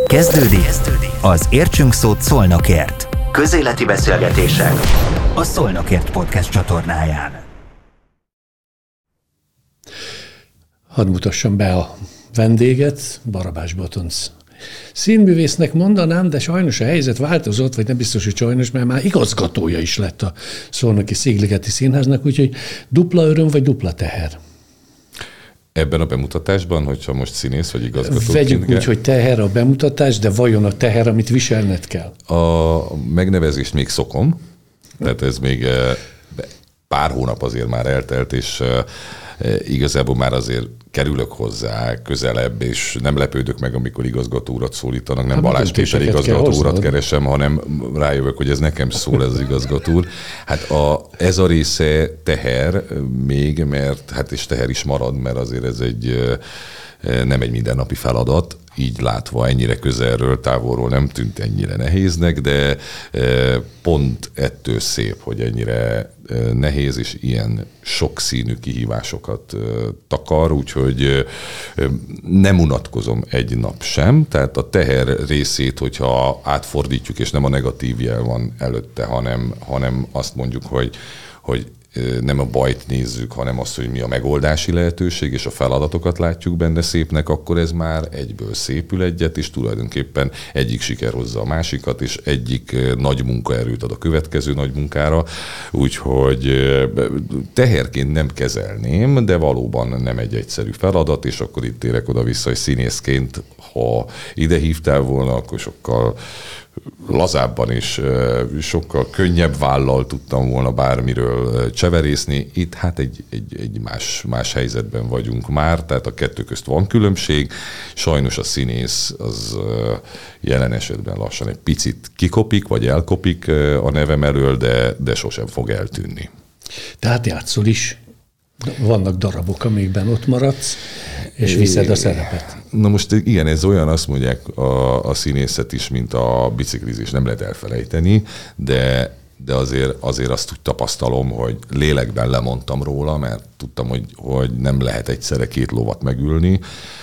Kezdődik az Értsünk Szót Szolnokért. Közéleti beszélgetések a Szolnokért podcast csatornáján. Hadd mutassam be a vendéget, Barabás Botonc. Színművésznek mondanám, de sajnos a helyzet változott, vagy nem biztos, hogy sajnos, mert már igazgatója is lett a Szolnoki Szigligeti Színháznak, úgyhogy dupla öröm vagy dupla teher? Ebben a bemutatásban, hogyha most színész vagy igazgató? Vegyük úgy, hogy teher a bemutatás, de vajon a teher, amit viselned kell? A megnevezést még szokom, tehát ez még pár hónap azért már eltelt, és igazából már azért kerülök hozzá közelebb, és nem lepődök meg, amikor igazgató urat szólítanak, nem Balázs Péter igazgató urat keresem, hanem rájövök, hogy ez nekem szól, ez az igazgató úr. Hát ez a része teher még, mert hát és teher is marad, mert azért ez nem egy mindennapi feladat, így látva ennyire közelről, távolról nem tűnt ennyire nehéznek, de pont ettől szép, hogy ennyire nehéz és ilyen sokszínű kihívásokat takar, úgyhogy nem unatkozom egy nap sem, tehát a teher részét, hogyha átfordítjuk, és nem a negatív jel van előtte, hanem azt mondjuk, hogy nem a bajt nézzük, hanem azt, hogy mi a megoldási lehetőség, és a feladatokat látjuk benne szépnek, akkor ez már egyből szépül egyet, és tulajdonképpen egyik siker hozza a másikat, és egyik nagy munkaerőt ad a következő nagy munkára, úgyhogy teherként nem kezelném, de valóban nem egy egyszerű feladat, és akkor itt térek oda-vissza, hogy színészként, ha ide hívtál volna, akkor sokkal lazábban és sokkal könnyebb vállal tudtam volna bármiről cseverészni. Itt hát egy más helyzetben vagyunk már, tehát a kettő közt van különbség. Sajnos a színész az jelen esetben lassan egy picit kikopik, vagy elkopik a nevem elől, de sosem fog eltűnni. Tehát játszol is. Vannak darabok, amikben ott maradsz, és viszed a szerepet. Na most igen, ez olyan, azt mondják a színészet is, mint a biciklizés, nem lehet elfelejteni, de azért azt úgy tapasztalom, hogy lélekben lemondtam róla, mert tudtam, hogy nem lehet egyszerre két lovat megülni.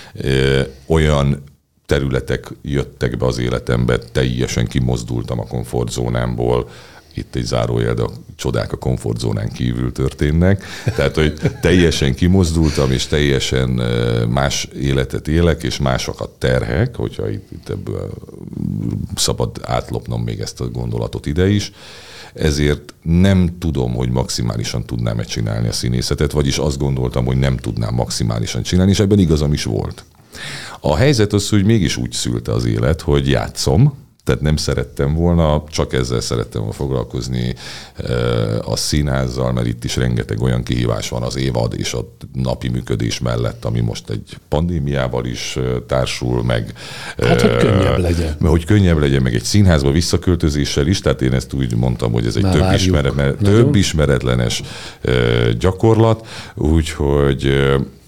Olyan területek jöttek be az életembe, teljesen kimozdultam a komfortzónámból. Itt egy zárójel, de a csodák a komfortzónán kívül történnek. Tehát, hogy teljesen kimozdultam, és teljesen más életet élek, és másokat terhek, hogyha itt ebből szabad átlopnom még ezt a gondolatot ide is. Ezért nem tudom, hogy maximálisan tudnám-e csinálni a színészetet, vagyis azt gondoltam, hogy nem tudnám maximálisan csinálni, és ebben igazam is volt. A helyzet az, hogy mégis úgy szülte az élet, hogy játszom, tehát nem szerettem volna, csak ezzel szerettem volna foglalkozni a színházzal, mert itt is rengeteg olyan kihívás van az évad és a napi működés mellett, ami most egy pandémiával is társul meg. Hát, hogy könnyebb legyen. Hogy könnyebb legyen, meg egy színházba visszaköltözéssel is, tehát én ezt úgy mondtam, hogy ez egy több ismeretlenes gyakorlat, úgyhogy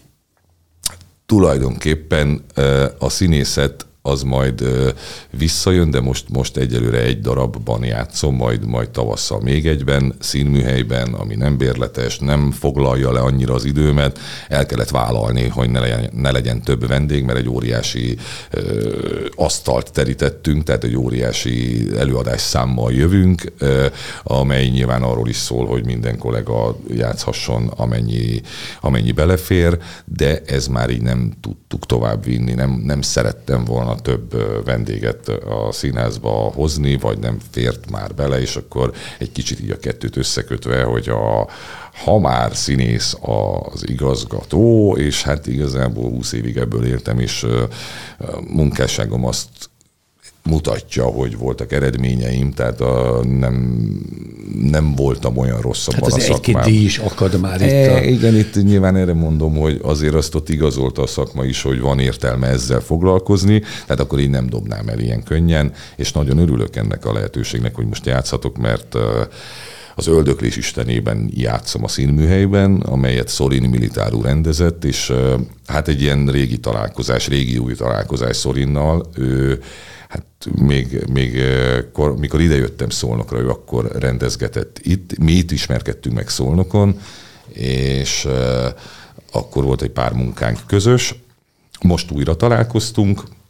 tulajdonképpen a színészet az majd visszajön, de most egyelőre egy darabban játszom, majd tavasszal még egyben, színműhelyben, ami nem bérletes, nem foglalja le annyira az időmet. El kellett vállalni, hogy ne legyen több vendég, mert egy óriási asztalt terítettünk, tehát egy óriási előadás számmal jövünk, amely nyilván arról is szól, hogy minden kollega játszhasson, amennyi belefér, de ez már így nem tudtuk tovább vinni, nem szerettem volna több vendéget a színházba hozni, vagy nem fért már bele, és akkor egy kicsit így a kettőt összekötve, hogy ha már színész az igazgató, és hát igazából 20 évig ebből éltem, és munkásságom azt mutatja, hogy voltak eredményeim, tehát nem voltam olyan rosszabb a szakmában. Hát egy-két díj is akad már itt. Igen, itt nyilván erre mondom, hogy azért azt ott igazolta a szakma is, hogy van értelme ezzel foglalkozni, tehát akkor így nem dobnám el ilyen könnyen, és nagyon örülök ennek a lehetőségnek, hogy most játszhatok, mert az Öldöklés istenében játszom a színműhelyben, amelyet Szolini Militáru rendezett, és hát egy ilyen régi új találkozás Szolinnal. Hát mikor idejöttem Szolnokra, ő akkor rendezgetett itt. Mi itt ismerkedtünk meg Szolnokon, és akkor volt egy pár munkánk közös. Most újra találkoztunk,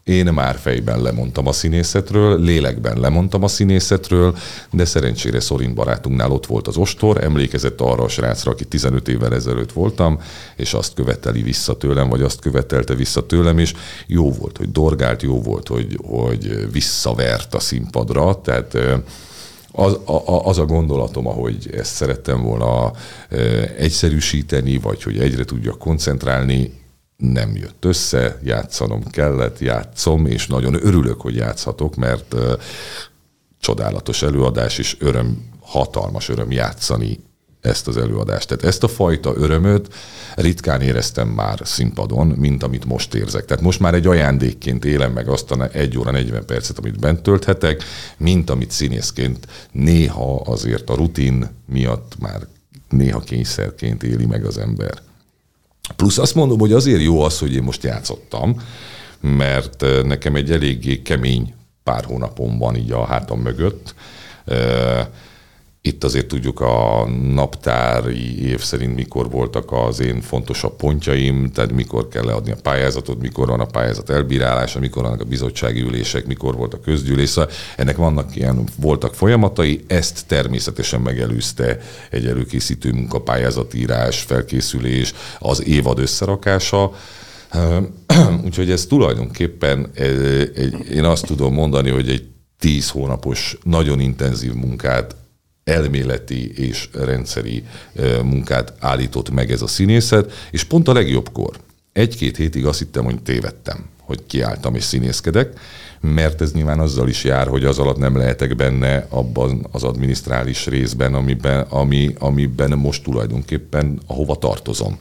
Én már fejben lemondtam a színészetről, lélekben lemondtam a színészetről, de szerencsére Szorin barátunknál ott volt az ostor, emlékezett arra a srácra, aki 15 évvel ezelőtt voltam, és azt követeli vissza tőlem, vagy azt követelte vissza tőlem, és jó volt, hogy dorgált, jó volt, hogy visszavert a színpadra, tehát az a gondolatom, ahogy ezt szerettem volna egyszerűsíteni, vagy hogy egyre tudjak koncentrálni, nem jött össze, játszanom kellett, játszom, és nagyon örülök, hogy játszhatok, mert csodálatos előadás, és hatalmas öröm játszani ezt az előadást. Tehát ezt a fajta örömöt ritkán éreztem már színpadon, mint amit most érzek. Tehát most már egy ajándékként élem meg azt a 1 óra 40 percet, amit bent tölthetek, mint amit színészként néha azért a rutin miatt már néha kényszerként éli meg az ember. Plusz azt mondom, hogy azért jó az, hogy én most játszottam, mert nekem egy eléggé kemény pár hónapom van így a hátam mögött. Itt azért tudjuk a naptári év szerint mikor voltak az én fontosabb pontjaim, tehát mikor kell leadni a pályázatot, mikor van a pályázat elbírálása, mikor vannak a bizottsági ülések, mikor volt a közgyűlés. Szóval ennek voltak folyamatai, ezt természetesen megelőzte egy előkészítő munka, pályázatírás, felkészülés, az évad összerakása. Úgyhogy ez tulajdonképpen én azt tudom mondani, hogy egy 10 hónapos, nagyon intenzív munkát, elméleti és rendszeri munkát állított meg ez a színészet, és pont a legjobbkor. 1-2 hétig azt hittem, hogy tévedtem, hogy kiálltam és színészkedek, mert ez nyilván azzal is jár, hogy az alatt nem lehetek benne abban az adminisztrális részben, amiben most tulajdonképpen ahova tartozom.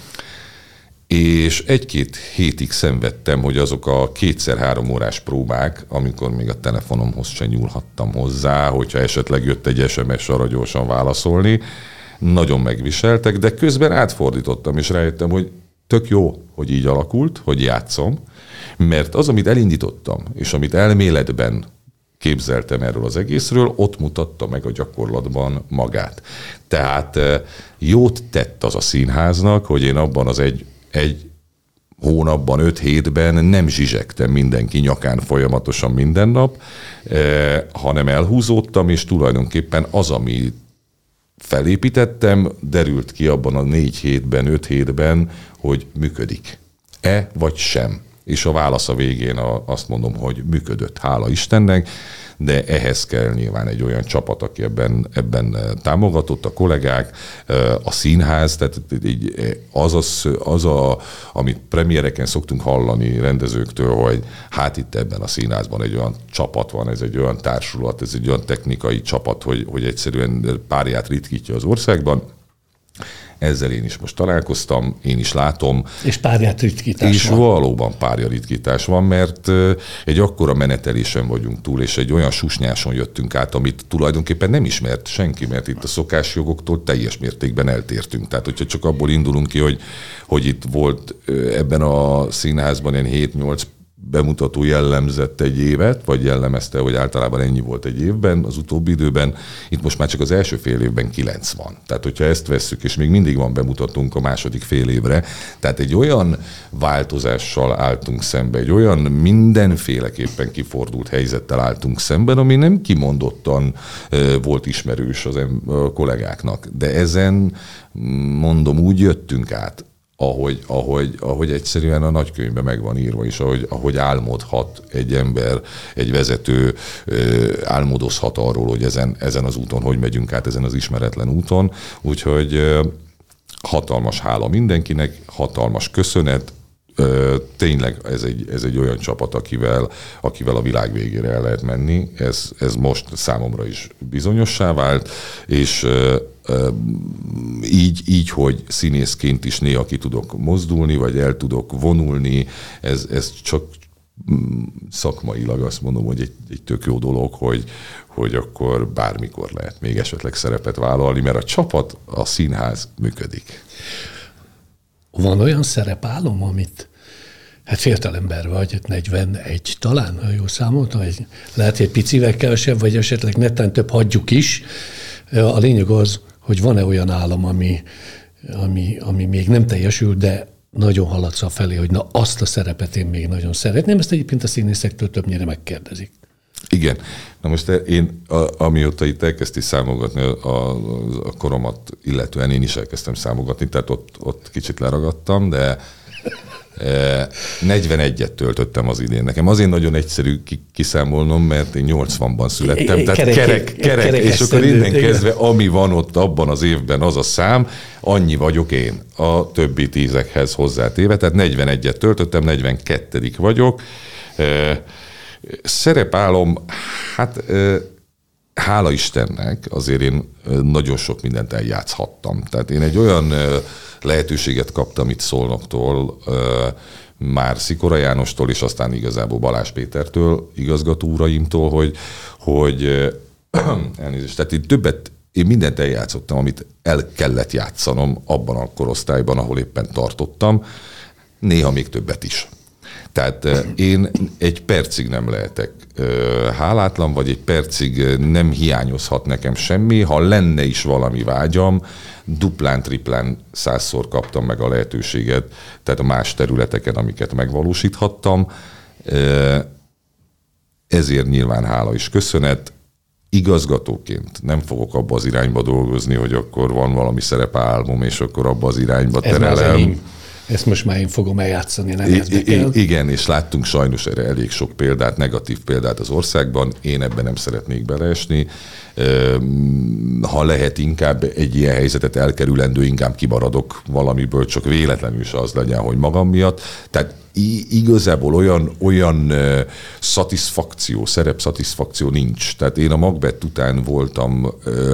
És 1-2 hétig szenvedtem, hogy azok a 2x3 órás próbák, amikor még a telefonomhoz se nyúlhattam hozzá, hogyha esetleg jött egy SMS arra gyorsan válaszolni, nagyon megviseltek, de közben átfordítottam, és rájöttem, hogy tök jó, hogy így alakult, hogy játszom, mert az, amit elindítottam, és amit elméletben képzeltem erről az egészről, ott mutatta meg a gyakorlatban magát. Tehát jót tett az a színháznak, hogy én abban az egy hónapban, 5 hétben nem zsizsegtem mindenki nyakán folyamatosan minden nap, hanem elhúzódtam, és tulajdonképpen az, ami felépítettem, derült ki abban a 4 hétben, 5 hétben, hogy működik-e vagy sem. És a válasz a végén azt mondom, hogy működött, hála Istennek, de ehhez kell nyilván egy olyan csapat, aki ebben támogatott, a kollégák, a színház, tehát amit premiereken szoktunk hallani rendezőktől, hogy hát itt ebben a színházban egy olyan csapat van, ez egy olyan társulat, ez egy olyan technikai csapat, hogy egyszerűen párját ritkítja az országban. Ezzel én is most találkoztam, én is látom. És párját ritkítás és van. És valóban párja ritkítás van, mert egy akkora menetelésen vagyunk túl, és egy olyan susnyáson jöttünk át, amit tulajdonképpen nem ismert senki, mert itt a szokásjogoktól teljes mértékben eltértünk. Tehát, hogyha csak abból indulunk ki, hogy itt volt ebben a színházban ilyen 7-8 bemutató jellemzett egy évet, vagy jellemezte, hogy általában ennyi volt egy évben, az utóbbi időben, itt most már csak az első fél évben 9 van. Tehát, hogyha ezt vesszük, és még mindig van bemutatónk a második fél évre, tehát egy olyan változással álltunk szembe, egy olyan mindenféleképpen kifordult helyzettel álltunk szemben, ami nem kimondottan volt ismerős a kollégáknak. De ezen, mondom, úgy jöttünk át, ahogy egyszerűen a nagykönyvben meg van írva, és ahogy álmodhat egy ember, egy vezető álmodozhat arról, hogy ezen az úton hogy megyünk át, ezen az ismeretlen úton. Úgyhogy hatalmas hála mindenkinek, hatalmas köszönet. Tényleg ez egy olyan csapat, akivel a világ végére el lehet menni. Ez most számomra is bizonyossá vált, és így, hogy színészként is néha ki tudok mozdulni, vagy el tudok vonulni, ez csak szakmailag azt mondom, hogy egy tök jó dolog, hogy akkor bármikor lehet még esetleg szerepet vállalni, mert a csapat, a színház működik. Van olyan szerepálom, amit hát fiatal ember vagy, 41 talán, ha jól számoltam, lehet egy picivel kevesebb, vagy esetleg netán több, hagyjuk is. A lényeg az, hogy van-e olyan álom, ami még nem teljesül, nagyon haladsz a felé, hogy na azt a szerepet én még nagyon szeretném, ezt egyébként a színészektől többnyire megkérdezik. Igen. Na most én, amióta itt elkezdti számogatni a koromat, illetően én is elkezdtem számogatni, tehát ott kicsit leragadtam, de 41-et töltöttem az idén. Nekem azért nagyon egyszerű kiszámolnom, mert én 80-ban születtem, tehát kerek, és akkor innen kezdve, ami van ott abban az évben az a szám, annyi vagyok én a többi tízekhez hozzátéve, tehát 41-et töltöttem, 42. vagyok. Szerepálom, hát hála Istennek, azért én nagyon sok mindent eljátszhattam. Tehát én egy olyan lehetőséget kaptam itt Szolnoktól, már Szikora Jánostól, és aztán igazából Balázs Pétertől, igazgató uraimtól, hogy elnézést, tehát én mindent eljátszottam, amit el kellett játszanom abban a korosztályban, ahol éppen tartottam, néha még többet is. Tehát én egy percig nem lehetek hálátlan, vagy egy percig nem hiányozhat nekem semmi. Ha lenne is valami vágyam, duplán, triplán 100-szor kaptam meg a lehetőséget, tehát a más területeken, amiket megvalósíthattam. Ezért nyilván hála és köszönet. Igazgatóként nem fogok abba az irányba dolgozni, hogy akkor van valami szerepálmom, és akkor abba az irányba terelem. Ezt most már én fogom eljátszani, nem érdekel. Igen, és láttunk sajnos erre elég sok példát, negatív példát az országban. Én ebben nem szeretnék beleesni. Ha lehet, inkább egy ilyen helyzetet elkerülendő, inkább kimaradok valamiből, csak véletlenül se az legyen, hogy magam miatt. Tehát igazából olyan szerepszatisfakció nincs. Tehát én a Macbeth után voltam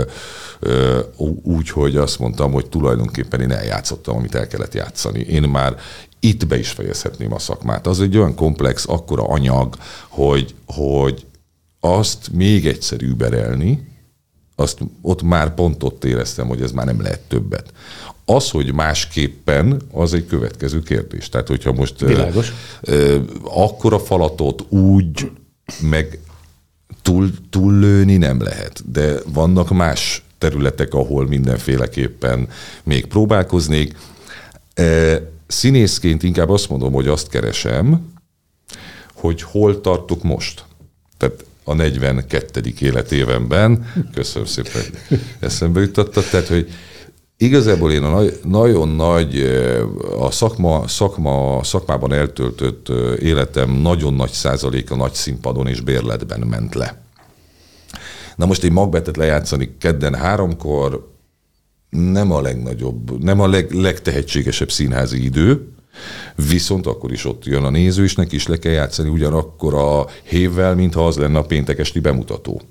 úgy, hogy azt mondtam, hogy tulajdonképpen én eljátszottam, amit el kellett játszani. Én már itt be is fejezhetném a szakmát. Az egy olyan komplex, akkora anyag, hogy azt még egyszer überelni, azt ott már pont ott éreztem, hogy ez már nem lehet többet. Az, hogy másképpen, az egy következő kérdés. Tehát, hogyha most akkora falatot úgy meg túllőni nem lehet, de vannak más területek, ahol mindenféleképpen még próbálkoznék. Színészként inkább azt mondom, hogy azt keresem, hogy hol tartok most. Tehát a 42. életévemben, köszönöm szépen, eszembe jutottad, tehát, hogy igazából én a nagyon nagy, a szakmában eltöltött életem nagyon nagy százaléka nagy színpadon és bérletben ment le. Na most egy Macbethet lejátszani kedden 3-kor nem a legnagyobb, nem a legtehetségesebb színházi idő, viszont akkor is ott jön a néző, és neki is le kell játszani ugyanakkor a hévvel, mintha az lenne a péntek esti bemutató.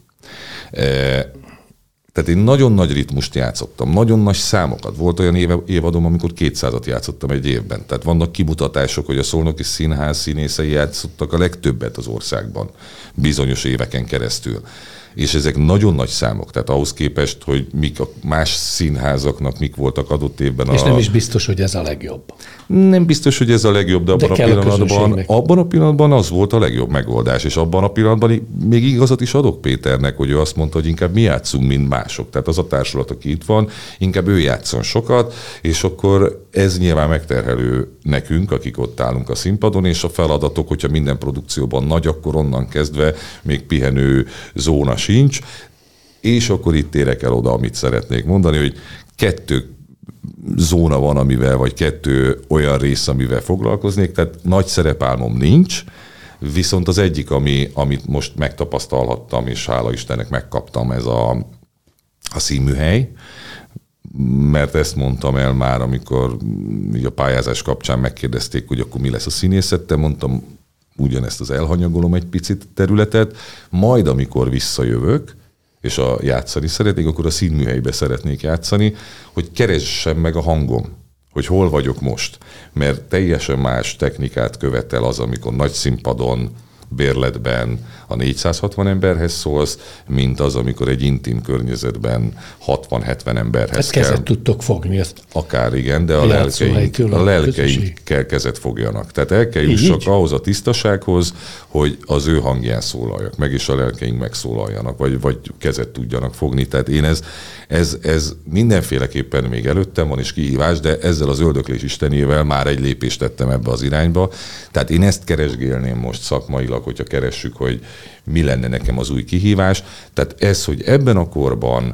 Tehát én nagyon nagy ritmust játszottam, nagyon nagy számokat. Volt olyan évadom, amikor 200-at játszottam egy évben. Tehát vannak kimutatások, hogy a Szolnoki Színház színészei játszottak a legtöbbet az országban bizonyos éveken keresztül. És ezek nagyon nagy számok, tehát ahhoz képest, hogy mik a más színházaknak mik voltak adott évben. És nem is biztos, hogy ez a legjobb. Nem biztos, hogy ez a legjobb, de abban a pillanatban az volt a legjobb megoldás, és abban a pillanatban még igazat is adok Péternek, hogy ő azt mondta, hogy inkább mi játszunk, mint mások. Tehát az a társulat, aki itt van, inkább ő játszon sokat, és akkor ez nyilván megterhelő nekünk, akik ott állunk a színpadon, és a feladatok, hogyha minden produkcióban nagy, akkor onnan kezdve még pihenő zóna sincs, és akkor itt érek el oda, amit szeretnék mondani, hogy 2 zóna van, vagy 2 olyan rész, amivel foglalkoznék, tehát nagy szerepálmom nincs, viszont az egyik, amit most megtapasztalhattam, és hála Istennek megkaptam, ez a színműhely, mert ezt mondtam el már, amikor a pályázás kapcsán megkérdezték, hogy akkor mi lesz a színészettel, mondtam, ugyanezt az elhanyagolom egy picit területet, majd amikor visszajövök, és játszani szeretnék, akkor a színműhelybe szeretnék játszani, hogy keressem meg a hangom, hogy hol vagyok most. Mert teljesen más technikát követel az, amikor nagy színpadon bérletben a 460 emberhez szólsz, mint az, amikor egy intim környezetben 60-70 emberhez ezt kell. kezet tudtok fogni. Ezt Akár igen, de a lelkeikkel kezet fogjanak. Tehát el kell jussak ahhoz a tisztasághoz, hogy az ő hangján szólaljak meg, és a lelkeink megszólaljanak, vagy kezet tudjanak fogni. Tehát én ez mindenféleképpen még előttem van is kihívás, de ezzel az öldöklés istenével már egy lépést tettem ebbe az irányba. Tehát én ezt keresgélném most szakmailag, hogyha keressük, hogy mi lenne nekem az új kihívás. Tehát ez, hogy ebben a korban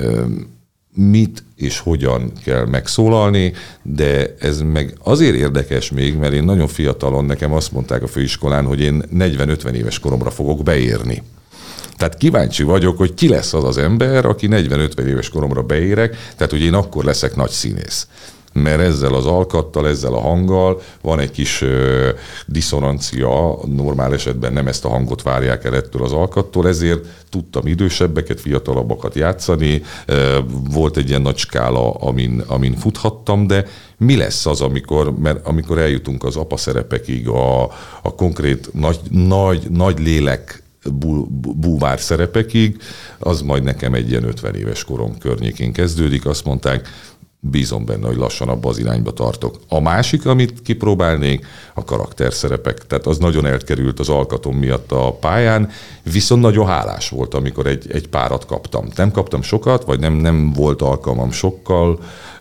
mit és hogyan kell megszólalni, de ez meg azért érdekes még, mert én nagyon fiatalon, nekem azt mondták a főiskolán, hogy én 40-50 éves koromra fogok beérni. Tehát kíváncsi vagyok, hogy ki lesz az az ember, aki 40-50 éves koromra beérek, tehát hogy én akkor leszek nagy színész. Mert ezzel az alkattal, ezzel a hanggal van egy kis diszonancia, normál esetben nem ezt a hangot várják el ettől az alkattól, ezért tudtam idősebbeket, fiatalabbakat játszani, volt egy ilyen nagy skála, amin futhattam, de mi lesz az, amikor eljutunk az apa szerepekig, a konkrét nagy lélek búvár szerepekig, az majd nekem egy ilyen 50 éves korom környékén kezdődik, azt mondták, bízom benne, hogy lassan abba az irányba tartok. A másik, amit kipróbálnék, a karakterszerepek. Tehát az nagyon elkerült az alkatom miatt a pályán, viszont nagyon hálás volt, amikor egy párat kaptam. Nem kaptam sokat, vagy nem volt alkalmam sokkal,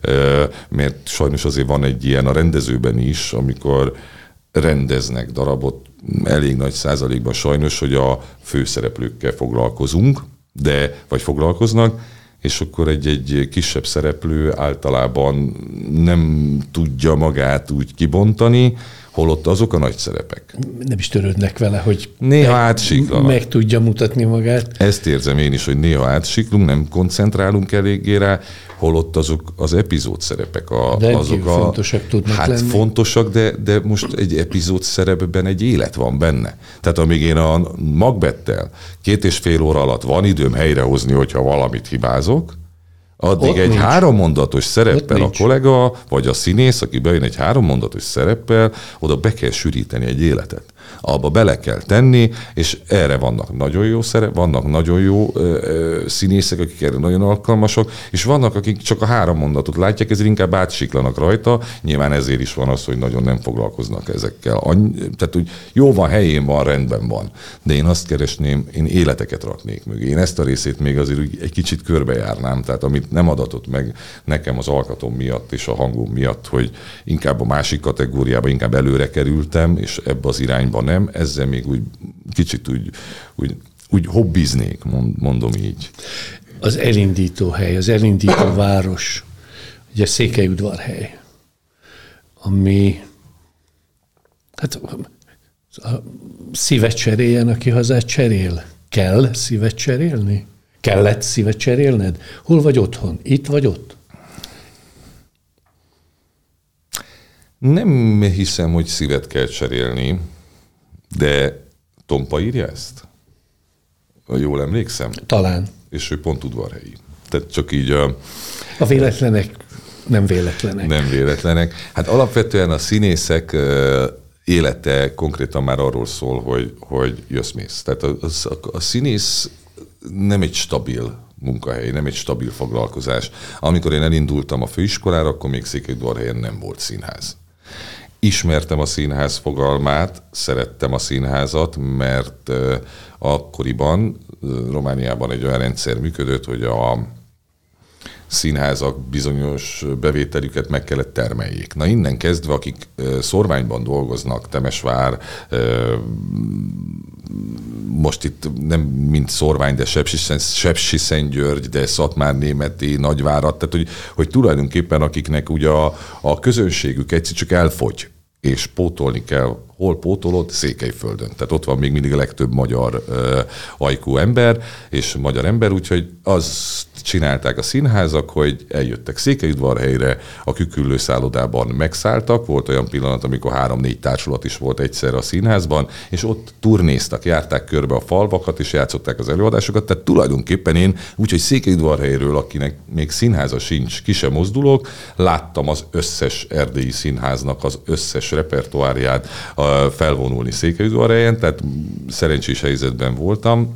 mert sajnos azért van egy ilyen a rendezőben is, amikor rendeznek darabot, elég nagy százalékban sajnos, hogy a főszereplőkkel foglalkozunk, vagy foglalkoznak, és akkor egy kisebb szereplő általában nem tudja magát úgy kibontani, holott azok a nagy szerepek. Nem is törődnek vele, hogy néha átsiklanak. Meg tudja mutatni magát. Ezt érzem én is, hogy néha átsiklunk, nem koncentrálunk eléggé rá, holott azok az epizód szerepek. Azok fontosak tudnak lenni. Fontosak, de most egy epizód szerepben egy élet van benne. Tehát amíg én a Macbettel 2,5 óra alatt van időm helyrehozni, hogyha valamit hibázok, addig ott egy nincs. 3 mondatos szereppel a kollega, vagy a színész, aki bejön egy 3 mondatos szereppel, oda be kell sűríteni egy életet. Abba bele kell tenni, és erre vannak nagyon jó vannak nagyon jó színészek, akik erre nagyon alkalmasak, és vannak, akik csak a 3 mondatot látják, ezért inkább átsiklanak rajta. Nyilván ezért is van az, hogy nagyon nem foglalkoznak ezekkel. Tehát úgy jó van, helyén van, rendben van. De én azt keresném, én életeket raknék mögé. Én ezt a részét még azért egy kicsit körbejárnám, tehát amit nem adatott meg nekem az alkatom miatt és a hangom miatt, hogy inkább a másik kategóriába inkább előre kerültem, és ebbe az irányba nem, ezzel még úgy kicsit úgy hobbiznék, mondom így. Az elindító hely, az elindító város, ugye Székelyudvarhely, ami hát a szívet cseréljen, aki hazát cserél. Kell szívet cserélni? Kellett szívet cserélned? Hol vagy otthon? Itt vagy ott? Nem hiszem, hogy szívet kell cserélni, de Tompa írja ezt? Jól emlékszem? Talán. És ő pont udvarhelyi. Tehát csak így a véletlenek nem véletlenek. Nem véletlenek. Hát alapvetően a színészek élete konkrétan már arról szól, hogy jössz-mész. Tehát a színész nem egy stabil munkahely, nem egy stabil foglalkozás. Amikor én elindultam a főiskolára, akkor még Székelyudvarhelyen nem volt színház. Ismertem a színház fogalmát, szerettem a színházat, mert akkoriban Romániában egy olyan rendszer működött, hogy a színházak bizonyos bevételüket meg kellett termeljék. Na innen kezdve, akik szorványban dolgoznak, Temesvár, most itt nem mint szorvány, de Sepsiszentgyörgy, de Szatmárnémeti, Nagyvárad, tehát hogy tulajdonképpen akiknek ugye a közönségük egyszer csak elfogy, és pótolni kell. Hol pótolod? Székelyföldön. Tehát ott van még mindig a legtöbb magyar ajkú ember, és magyar ember, úgyhogy azt csinálták a színházak, hogy eljöttek Székelyudvarhelyre, a Küküllő szállodában megszálltak, volt olyan pillanat, amikor 3-4 társulat is volt egyszerre a színházban, és ott turnéztak, járták körbe a falvakat, és játszották az előadásokat, tehát tulajdonképpen én úgyhogy Székelyudvarhelyről, akinek még színháza sincs, ki sem mozdulok, láttam az összes erdélyi színháznak az összes repertoárját, felvonulni Székelyudvarhelyen, tehát szerencsés helyzetben voltam.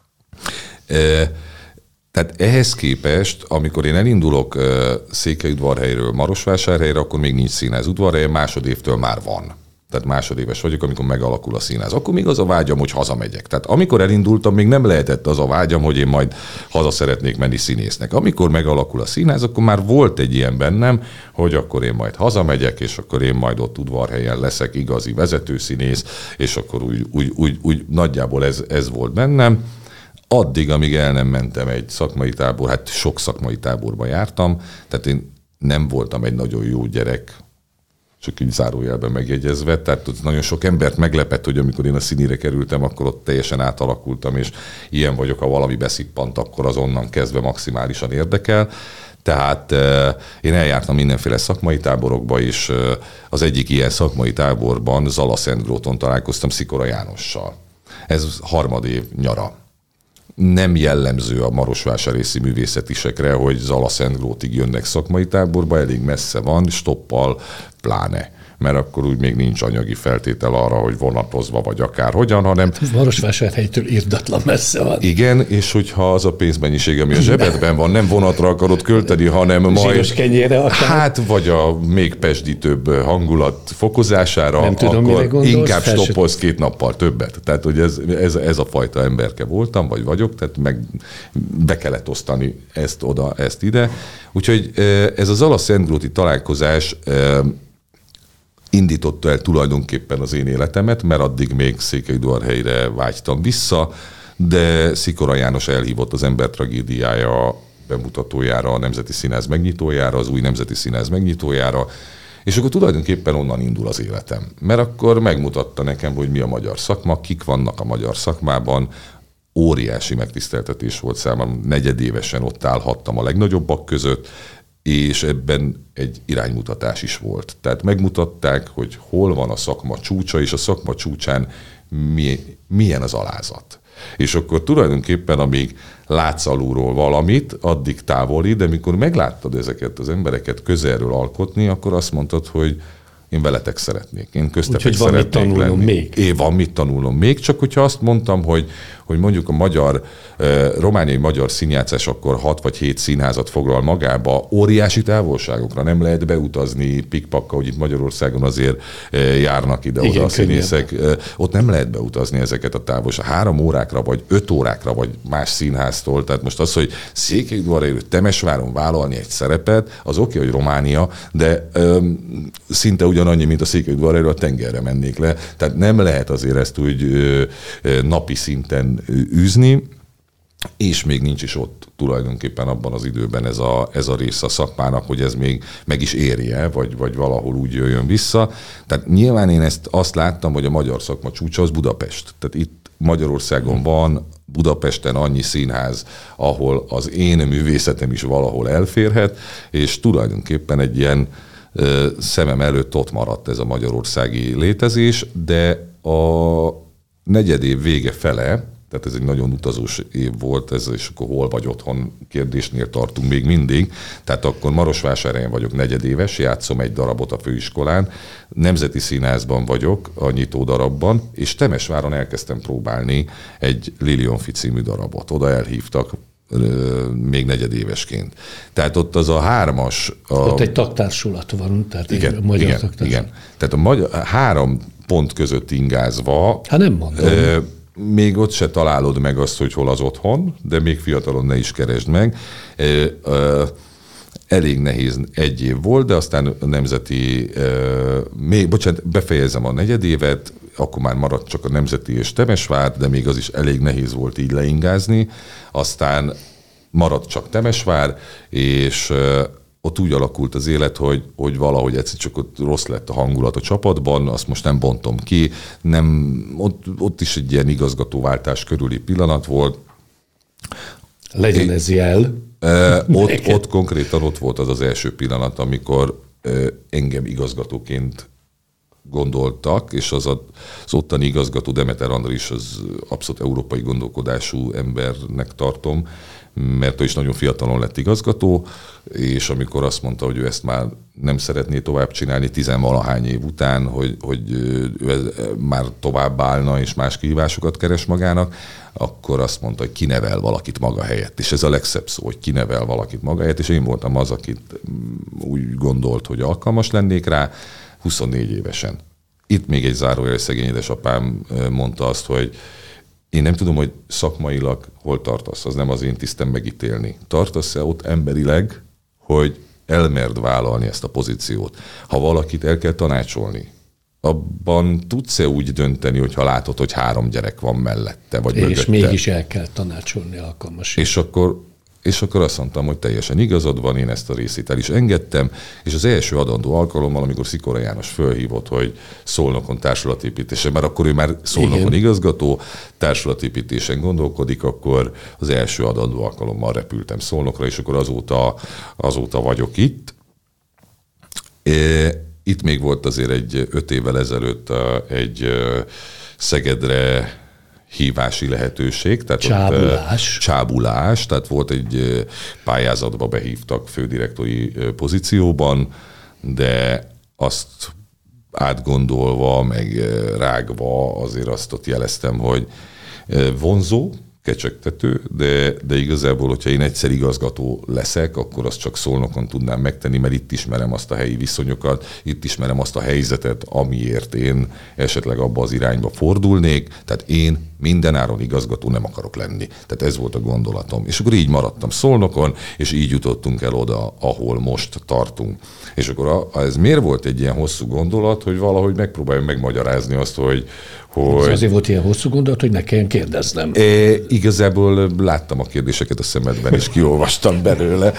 Tehát ehhez képest, amikor én elindulok Székelyudvarhelyről Marosvásárhelyre, akkor még nincs színház Udvarhelyen, másodévtől már van. Tehát másodéves vagyok, amikor megalakul a színház. Akkor még az a vágyam, hogy hazamegyek. Tehát amikor elindultam, még nem lehetett az a vágyam, hogy én majd haza szeretnék menni színésznek. Amikor megalakul a színház, akkor már volt egy ilyen bennem, hogy akkor én majd hazamegyek, és akkor én majd ott Udvarhelyen leszek igazi vezetőszínész, és akkor úgy nagyjából ez volt bennem. Addig, amíg el nem mentem egy szakmai tábor, hát sok szakmai táborban jártam, tehát én nem voltam egy nagyon jó gyerek, csak így zárójelben megjegyezve, tehát nagyon sok embert meglepett, hogy amikor én a színire kerültem, akkor ott teljesen átalakultam, és ilyen vagyok, ha valami beszippant, akkor azonnan kezdve maximálisan érdekel. Tehát én eljártam mindenféle szakmai táborokba, és az egyik ilyen szakmai táborban Zala-Szentgróton találkoztam Szikora Jánossal. Ez harmadév nyara. Nem jellemző a marosvásári színművészetisekre, hogy Zala-Szentgrótig jönnek szakmai táborba, elég messze van, stoppal pláne. Mert akkor úgy még nincs anyagi feltétel arra, hogy vonatozva vagy akárhogyan, hanem... Marosvásárhelytől irdatlan messze van. Igen, és hogyha az a pénzmennyiség, ami a zsebedben van, nem vonatra akarod költeni, hanem majd... Zsíros kenyére akár. Hát, vagy a még pesdítőbb hangulat fokozására, nem tudom, akkor inkább stoppolsz 2 nappal többet. Tehát, hogy ez a fajta emberke voltam, vagy vagyok, tehát meg be kellett osztani ezt oda, ezt ide. Úgyhogy ez az Zala-Szentgróti találkozás indította el tulajdonképpen az én életemet, mert addig még Székelyudvarhelyre vágytam vissza, de Szikora János elhívott az Ember tragédiája bemutatójára, a Nemzeti Színház megnyitójára, az új Nemzeti Színház megnyitójára, és akkor tulajdonképpen onnan indul az életem. Mert akkor megmutatta nekem, hogy mi a magyar szakma, kik vannak a magyar szakmában, óriási megtiszteltetés volt számomra, negyedévesen ott állhattam a legnagyobbak között, és ebben egy iránymutatás is volt. Tehát megmutatták, hogy hol van a szakma csúcsa, és a szakma csúcsán milyen az alázat. És akkor tulajdonképpen, amíg látsz alulról valamit, addig távoli, de mikor megláttad ezeket az embereket közelről alkotni, akkor azt mondtad, hogy én veletek szeretnék, én köztetek szeretnék lenni. Van mit tanulnom még, csak hogyha azt mondtam, hogy mondjuk a romániai magyar színjátszás akkor 6 vagy 7 színházat foglal magába, óriási távolságokra nem lehet beutazni pikpakka, hogy itt Magyarországon azért járnak ide-oda a színészek. Ott nem lehet beutazni ezeket a távolságokat. 3 órákra, vagy 5 órákra, vagy más színháztól. Tehát most az, hogy Székelyudvarhelyről Temesváron vállalni egy szerepet, az oké, hogy Románia, de szinte ugyanannyi, mint a Székelyudvarhelyről a tengerre mennék le. Tehát nem lehet azért ezt úgy napi szinten űzni, és még nincs is ott tulajdonképpen abban az időben ez a része a szakmának, hogy ez még meg is érje, vagy valahol úgy jöjjön vissza. Tehát nyilván én azt láttam, hogy a magyar szakma csúcsa az Budapest. Tehát itt Magyarországon van Budapesten annyi színház, ahol az én művészetem is valahol elférhet, és tulajdonképpen egy ilyen szemem előtt ott maradt ez a magyarországi létezés, de a negyedév vége fele, tehát ez egy nagyon utazós év volt, és akkor hol vagy otthon kérdésnél tartunk még mindig. Tehát akkor Marosvásárhelyen vagyok negyedéves, játszom egy darabot a főiskolán, Nemzeti Színházban vagyok a nyitó darabban, és Temesváron elkezdtem próbálni egy Lilionfi című darabot. Oda elhívtak még negyedévesként. Tehát ott az a 3-as... Ott egy taktársulat van, tehát igen, egy magyar taktársulat. Igen. Tehát a 3 pont között ingázva... Hát nem mondom. Még ott se találod meg azt, hogy hol az otthon, de még fiatalon ne is keresd meg. Elég nehéz egy év volt, de aztán a nemzeti... befejezem a negyedévet, akkor már maradt csak a Nemzeti és Temesvár, de még az is elég nehéz volt így leingázni. Aztán maradt csak Temesvár, és ott úgy alakult az élet, hogy valahogy egyszer csak ott rossz lett a hangulat a csapatban, azt most nem bontom ki, ott is egy ilyen igazgatóváltás körüli pillanat volt. Legyen ez jel. Ott konkrétan ott volt az első pillanat, amikor engem igazgatóként gondoltak, és az ottani igazgató Demeter Andris az abszolút európai gondolkodású embernek tartom, mert ő is nagyon fiatalon lett igazgató, és amikor azt mondta, hogy ő ezt már nem szeretné tovább csinálni 10-valahány év után, hogy ő már tovább állna és más kihívásokat keres magának, akkor azt mondta, hogy kinevel valakit maga helyett. És ez a legszebb szó, hogy kinevel valakit maga helyett, és én voltam az, akit úgy gondolt, hogy alkalmas lennék rá, 24 évesen. Itt még egy zárójel, szegény édesapám mondta azt, hogy én nem tudom, hogy szakmailag hol tartasz, az nem az én tisztem megítélni. Tartasz-e ott emberileg, hogy elmerd vállalni ezt a pozíciót? Ha valakit el kell tanácsolni, abban tudsz-e úgy dönteni, hogyha látod, hogy 3 gyerek van mellette, vagy mögötte? És mégis el kell tanácsolni alkalmas. És akkor azt mondtam, hogy teljesen igazad van, én ezt a részét el is engedtem, és az első adandó alkalommal, amikor Szikora János fölhívott, hogy Szolnokon társulatépítésen, mert akkor ő már Szolnokon igazgató, társulatépítésen gondolkodik, akkor az első adandó alkalommal repültem Szolnokra, és akkor azóta vagyok itt. Itt még volt azért 5 évvel ezelőtt egy Szegedre hívási lehetőség. Tehát csábulás. Tehát volt egy pályázatba behívtak fődirektori pozícióban, de azt átgondolva, meg rágva azért azt ott jeleztem, hogy vonzó, kecsegtető, de igazából, hogyha én egyszer igazgató leszek, akkor azt csak Szolnokon tudnám megtenni, mert itt ismerem azt a helyi viszonyokat, itt ismerem azt a helyzetet, amiért én esetleg abba az irányba fordulnék, tehát én mindenáron igazgató nem akarok lenni. Tehát ez volt a gondolatom. És akkor így maradtam Szolnokon, és így jutottunk el oda, ahol most tartunk. És akkor ez miért volt egy ilyen hosszú gondolat, hogy valahogy megpróbáljam megmagyarázni azt, hogy ez azért volt ilyen hosszú gondolat, hogy ne kelljen kérdeznem. Igazából láttam a kérdéseket a szemedben, és kiolvastam belőle,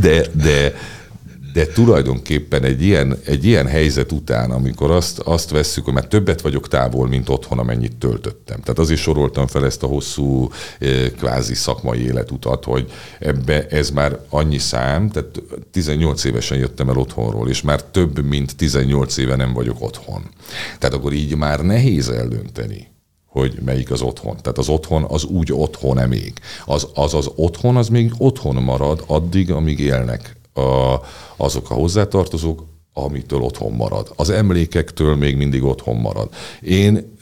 de tulajdonképpen egy ilyen helyzet után, amikor azt vesszük, hogy már többet vagyok távol, mint otthon, amennyit töltöttem. Tehát azért soroltam fel ezt a hosszú kvázi szakmai életutat, hogy ebbe ez már annyi szám, tehát 18 évesen jöttem el otthonról, és már több mint 18 éve nem vagyok otthon. Tehát akkor így már nehéz eldönteni, hogy melyik az otthon. Tehát az otthon az úgy otthon-e még. Az otthon az még otthon marad addig, amíg élnek azok a hozzátartozók, amitől otthon marad. Az emlékektől még mindig otthon marad. Én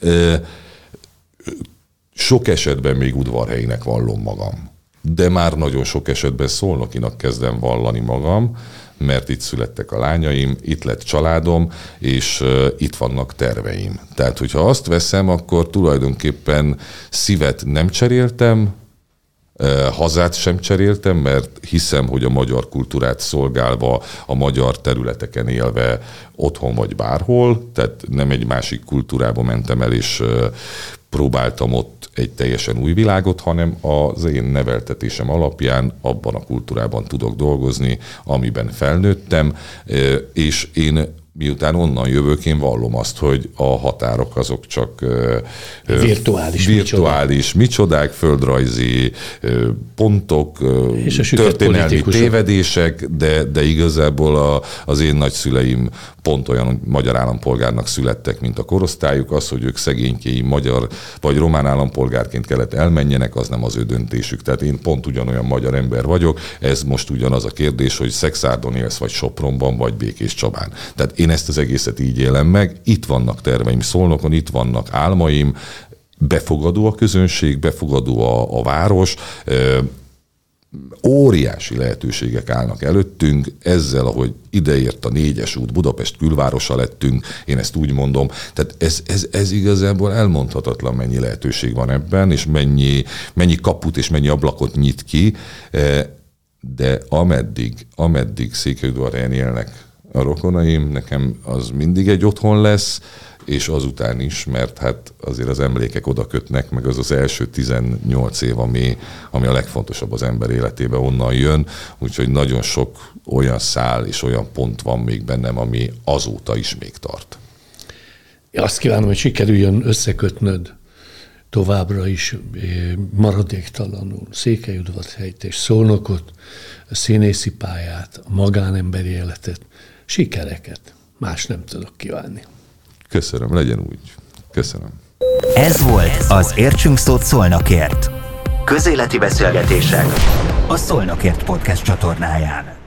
sok esetben még udvarhelyinek vallom magam, de már nagyon sok esetben szolnokinak kezdem vallani magam, mert itt születtek a lányaim, itt lett családom, és itt vannak terveim. Tehát, hogyha azt veszem, akkor tulajdonképpen szívet nem cseréltem, hazát sem cseréltem, mert hiszem, hogy a magyar kultúrát szolgálva, a magyar területeken élve otthon vagy bárhol, tehát nem egy másik kultúrába mentem el, és próbáltam ott egy teljesen új világot, hanem az én neveltetésem alapján abban a kultúrában tudok dolgozni, amiben felnőttem, és én miután onnan jövök, én vallom azt, hogy a határok azok csak virtuális micsodák, földrajzi pontok, történelmi tévedések, de igazából az én nagyszüleim pont olyan magyar állampolgárnak születtek, mint a korosztályuk. Az, hogy ők szegénykéi magyar vagy román állampolgárként kellett elmenjenek, az nem az ő döntésük. Tehát én pont ugyanolyan magyar ember vagyok. Ez most ugyanaz a kérdés, hogy Szexárdon élsz, vagy Sopronban, vagy Békéscsabán. Tehát én ezt az egészet így élem meg. Itt vannak terveim Szolnokon, itt vannak álmaim, befogadó a közönség, befogadó a város, óriási lehetőségek állnak előttünk, ezzel, ahogy ideért a 4-es út, Budapest külvárosa lettünk, én ezt úgy mondom, tehát ez igazából elmondhatatlan, mennyi lehetőség van ebben, és mennyi kaput és mennyi ablakot nyit ki, de ameddig Székelyudvarhelyen élnek a rokonaim, nekem az mindig egy otthon lesz, és azután is, mert hát azért az emlékek oda kötnek, meg az első 18 év, ami a legfontosabb az ember életében, onnan jön, úgyhogy nagyon sok olyan szál és olyan pont van még bennem, ami azóta is még tart. Én azt kívánom, hogy sikerüljön összekötnöd továbbra is maradéktalanul Székelyudvarhelyt és Szolnokot, a színészi pályát, a magánemberi életet, sikereket. Más nem tudok kívánni. Köszönöm, legyen úgy. Köszönöm. Ez volt az Értsünk Szót Szolnokért. Közéleti beszélgetések a Szolnokért podcast csatornáján.